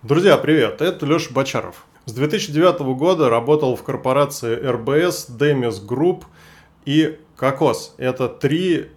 Друзья, привет! Это Леша Бочаров. С 2009 года работал в корпорации РБС, Демис Групп и Кокос. Это 3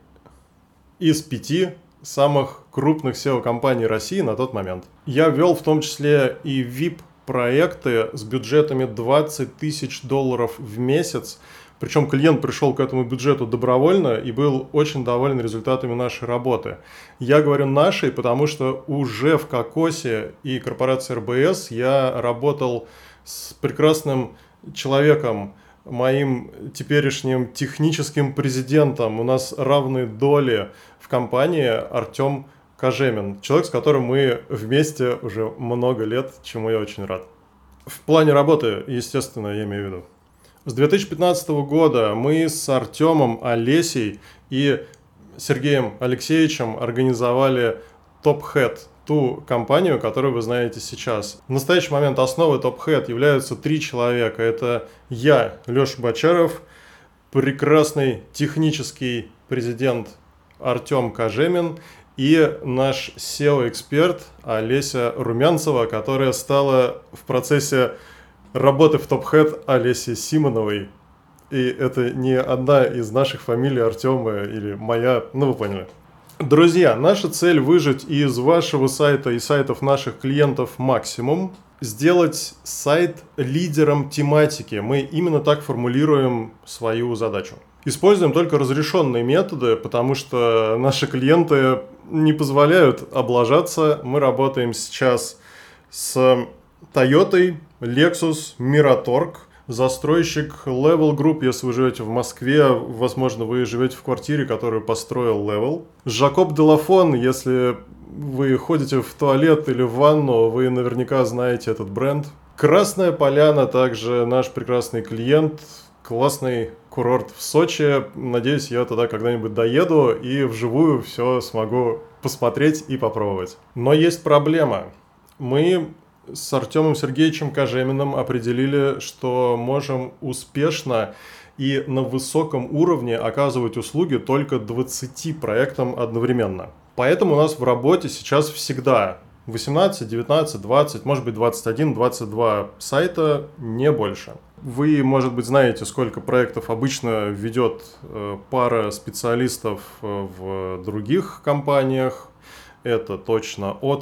из 5 самых крупных SEO-компаний России на тот момент. Я вел в том числе и VIP-проекты с бюджетами $20 тысяч в месяц. Причем клиент пришел к этому бюджету добровольно и был очень доволен результатами нашей работы. Я говорю «нашей», потому что уже в Кокосе и корпорации РБС я работал с прекрасным человеком, моим теперешним техническим президентом. У нас равные доли в компании Артем Кожемин. Человек, с которым мы вместе уже много лет, чему я очень рад. В плане работы, естественно, я имею в виду. С 2015 года мы с Артемом, Олесей и Сергеем Алексеевичем организовали TopHead, ту компанию, которую вы знаете сейчас. В настоящий момент основой TopHead являются 3 человека. Это я, Леша Бочаров, прекрасный технический президент Артем Кожемин и наш SEO-эксперт Олеся Румянцева, которая стала в процессе работы в TopHead Олеси Симоновой. И это не одна из наших фамилий Артема или моя, ну вы поняли. Друзья, наша цель выжать из вашего сайта и сайтов наших клиентов максимум. Сделать сайт лидером тематики. Мы именно так формулируем свою задачу. Используем только разрешенные методы, потому что наши клиенты не позволяют облажаться. Мы работаем сейчас с Toyota, Lexus, Miratorg, застройщик Level Group, если вы живете в Москве, возможно, вы живете в квартире, которую построил Level. Жакоб Делафон, если вы ходите в туалет или в ванну, вы наверняка знаете этот бренд. Красная Поляна, также наш прекрасный клиент, классный курорт в Сочи. Надеюсь, я туда когда-нибудь доеду и вживую все смогу посмотреть и попробовать. Но есть проблема. Мы с Артемом Сергеевичем Кожеминым определили, что можем успешно и на высоком уровне оказывать услуги только 20 проектам одновременно. Поэтому у нас в работе сейчас всегда 18, 19, 20, может быть 21, 22 сайта, не больше. Вы, может быть, знаете, сколько проектов обычно ведет пара специалистов в других компаниях. Это точно от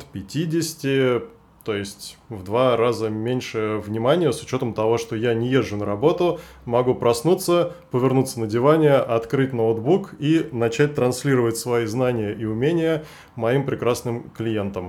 50, то есть в 2 раза меньше внимания, с учетом того, что я не езжу на работу, могу проснуться, повернуться на диване, открыть ноутбук и начать транслировать свои знания и умения моим прекрасным клиентам.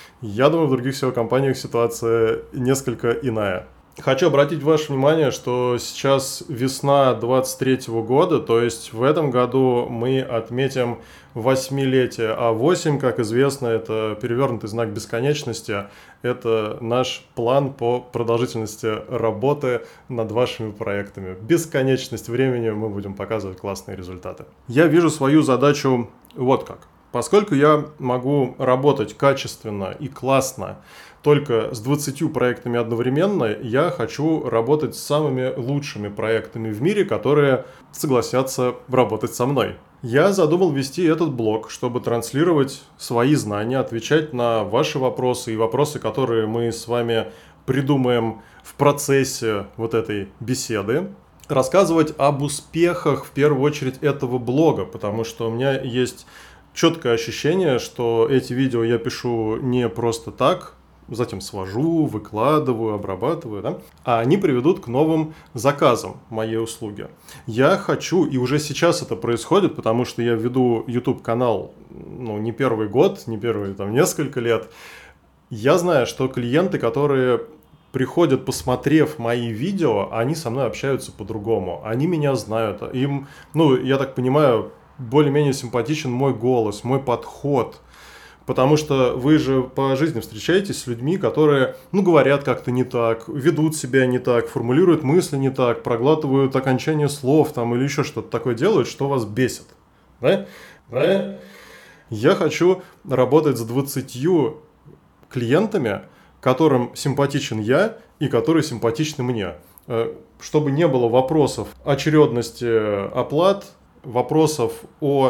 Я думаю, в других SEO-компаниях ситуация несколько иная. Хочу обратить ваше внимание, что сейчас весна 2023 года, то есть в этом году мы отметим 8-летие, а 8, как известно, это перевернутый знак бесконечности, это наш план по продолжительности работы над вашими проектами. Бесконечность времени мы будем показывать классные результаты. Я вижу свою задачу вот как. Поскольку я могу работать качественно и классно только с 20 проектами одновременно, я хочу работать с самыми лучшими проектами в мире, которые согласятся работать со мной. Я задумал вести этот блог, чтобы транслировать свои знания, отвечать на ваши вопросы и вопросы, которые мы с вами придумаем в процессе вот этой беседы. Рассказывать об успехах в первую очередь этого блога, потому что у меня есть четкое ощущение, что эти видео я пишу не просто так, затем свожу, выкладываю, обрабатываю, да? А они приведут к новым заказам моей услуги. Я хочу, и уже сейчас это происходит, потому что я веду YouTube-канал не первый год, не первые несколько лет. Я знаю, что клиенты, которые приходят, посмотрев мои видео, они со мной общаются по-другому. Они меня знают. Им, я так понимаю, более-менее симпатичен мой голос, мой подход. Потому что вы же по жизни встречаетесь с людьми, которые, говорят как-то не так, ведут себя не так, формулируют мысли не так, проглатывают окончание слов или еще что-то такое делают, что вас бесит. Да? Да? Я хочу работать с 20 клиентами, которым симпатичен я и которые симпатичны мне. Чтобы не было вопросов очередности оплат, вопросов о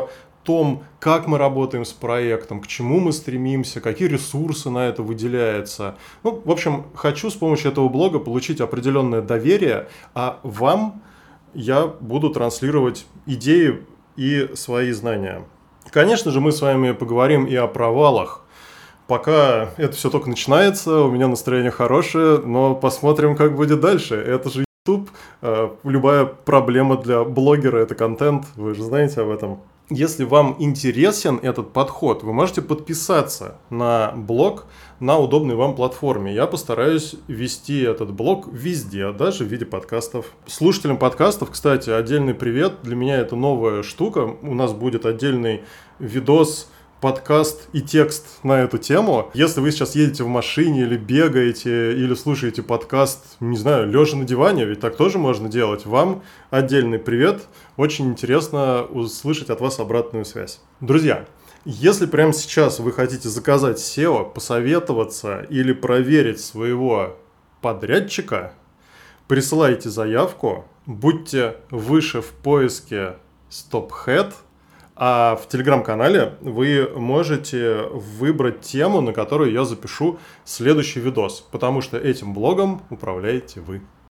том, как мы работаем с проектом, к чему мы стремимся, какие ресурсы на это выделяются. Ну, в общем, хочу с помощью этого блога получить определенное доверие, а вам я буду транслировать идеи и свои знания. Конечно же, мы с вами поговорим и о провалах. Пока это все только начинается, у меня настроение хорошее, но посмотрим, как будет дальше. Это же YouTube, любая проблема для блогера – это контент, вы же знаете об этом. Если вам интересен этот подход, вы можете подписаться на блог на удобной вам платформе. Я постараюсь вести этот блог везде, даже в виде подкастов. Слушателям подкастов, кстати, отдельный привет. Для меня это новая штука. У нас будет отдельный видос, подкаст и текст на эту тему. Если вы сейчас едете в машине или бегаете, или слушаете подкаст, не знаю, лежа на диване, ведь так тоже можно делать, вам отдельный привет. Очень интересно услышать от вас обратную связь. Друзья, если прямо сейчас вы хотите заказать SEO, посоветоваться или проверить своего подрядчика, присылайте заявку, будьте выше в поиске StopHead, а в телеграм-канале вы можете выбрать тему, на которую я запишу следующий видос, потому что этим блогом управляете вы.